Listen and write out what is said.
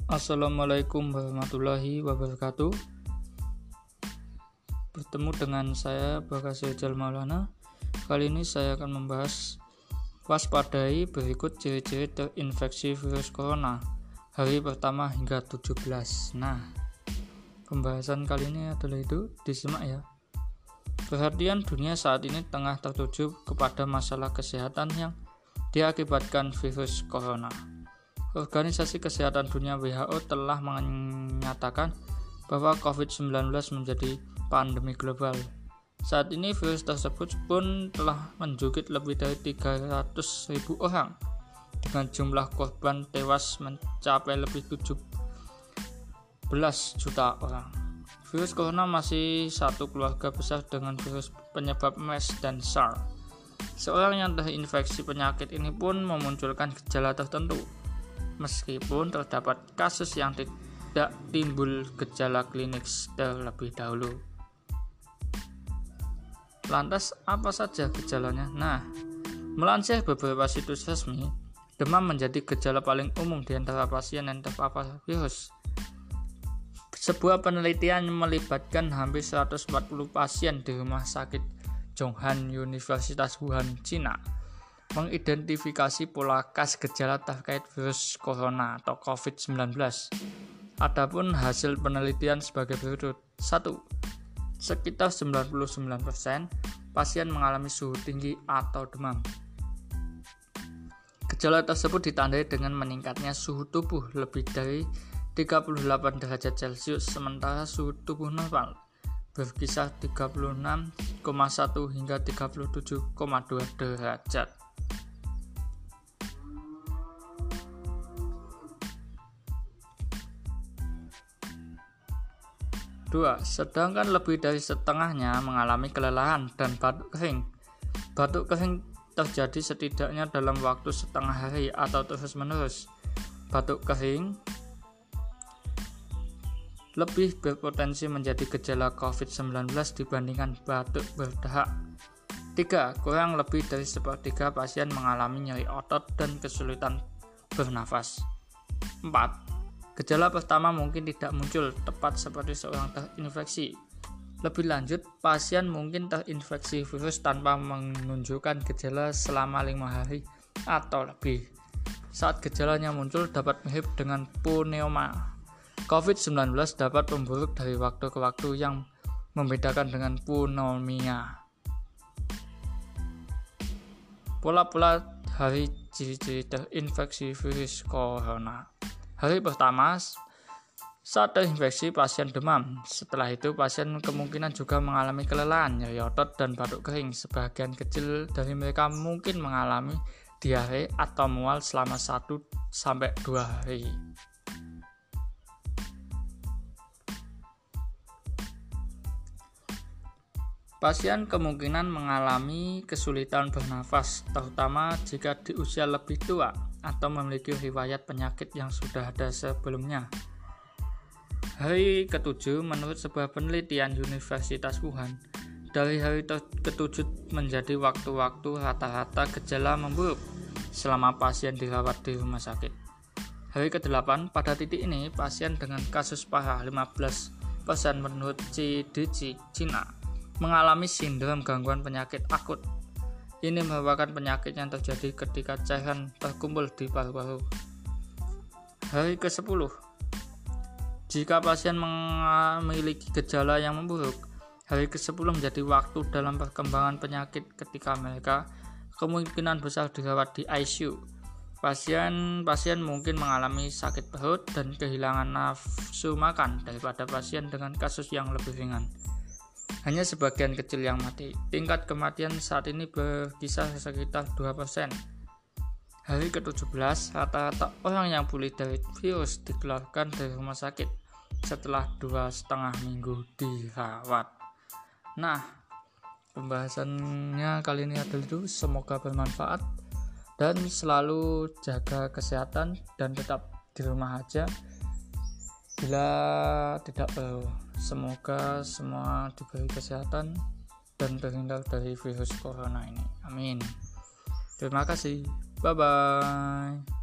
Assalamualaikum warahmatullahi wabarakatuh. Bertemu dengan saya Bagas Rizal Maulana. Kali ini saya akan membahas waspadai berikut ciri-ciri terinfeksi virus corona hari pertama hingga 17. Nah, pembahasan kali ini adalah itu, disimak ya. Perhatian dunia saat ini tengah tertuju kepada masalah kesehatan yang diakibatkan virus corona. Organisasi Kesehatan Dunia WHO telah menyatakan bahwa COVID-19 menjadi pandemi global. Saat ini virus tersebut pun telah menjangkit lebih dari 300.000 orang dengan jumlah korban tewas mencapai lebih 17 juta orang. Virus corona masih satu keluarga besar dengan virus penyebab MERS dan SARS. Seorang yang terinfeksi penyakit ini pun memunculkan gejala tertentu. Meskipun terdapat kasus yang tidak timbul gejala klinis terlebih dahulu. Lantas apa saja gejalanya? Nah, melansir beberapa situs resmi, demam menjadi gejala paling umum di antara pasien yang terpapar virus. Sebuah penelitian melibatkan hampir 140 pasien di Rumah Sakit Zhonghan Universitas Wuhan, Cina, mengidentifikasi pola khas gejala terkait virus corona atau COVID-19. Adapun hasil penelitian sebagai berikut. 1. Sekitar 99% pasien mengalami suhu tinggi atau demam. Gejala tersebut ditandai dengan meningkatnya suhu tubuh lebih dari 38 derajat Celcius, sementara suhu tubuh normal berkisar 36,1 hingga 37,2 derajat. 2. Sedangkan lebih dari setengahnya mengalami kelelahan dan batuk kering. Batuk kering terjadi setidaknya dalam waktu setengah hari atau terus-menerus. Batuk kering lebih berpotensi menjadi gejala COVID-19 dibandingkan batuk berdahak. 3. Kurang lebih dari sepertiga pasien mengalami nyeri otot dan kesulitan bernafas. 4. Gejala pertama mungkin tidak muncul tepat seperti seorang terinfeksi. Lebih lanjut, pasien mungkin terinfeksi virus tanpa menunjukkan gejala selama 5 hari atau lebih. Saat gejalanya muncul dapat mirip dengan pneumonia. COVID-19 dapat memburuk dari waktu ke waktu yang membedakan dengan pneumonia. Pola-pola hari ciri-ciri terinfeksi virus corona. Hari pertama, saat terinfeksi pasien demam. Setelah itu pasien kemungkinan juga mengalami kelelahan, nyeri otot, dan batuk kering. Sebagian kecil dari mereka mungkin mengalami diare atau mual selama 1-2 hari. Pasien kemungkinan mengalami kesulitan bernafas, terutama jika di usia lebih tua atau memiliki riwayat penyakit yang sudah ada sebelumnya. Hari ke-7, menurut sebuah penelitian Universitas Wuhan, dari hari ke-7 menjadi waktu-waktu rata-rata gejala memburuk selama pasien dirawat di rumah sakit. Hari ke-8, pada titik ini pasien dengan kasus parah 15% menurut CDC Cina mengalami sindrom gangguan penyakit akut. Ini merupakan penyakit yang terjadi ketika cairan terkumpul di paru-paru. Hari ke-10, jika pasien memiliki gejala yang memburuk, hari ke-10 menjadi waktu dalam perkembangan penyakit ketika mereka kemungkinan besar dirawat di ICU. Pasien mungkin mengalami sakit perut dan kehilangan nafsu makan daripada pasien dengan kasus yang lebih ringan. Hanya sebagian kecil yang mati. Tingkat kematian saat ini berkisar sekitar 2%. Hari ke-17, rata-rata orang yang pulih dari virus dikeluarkan dari rumah sakit setelah 2,5 minggu dirawat. Nah, pembahasannya kali ini adalah itu. Semoga bermanfaat dan selalu jaga kesehatan dan tetap di rumah aja bila tidak perlu. Semoga semua diberi kesehatan dan terhindar dari virus corona ini. Amin. Terima kasih. Bye-bye.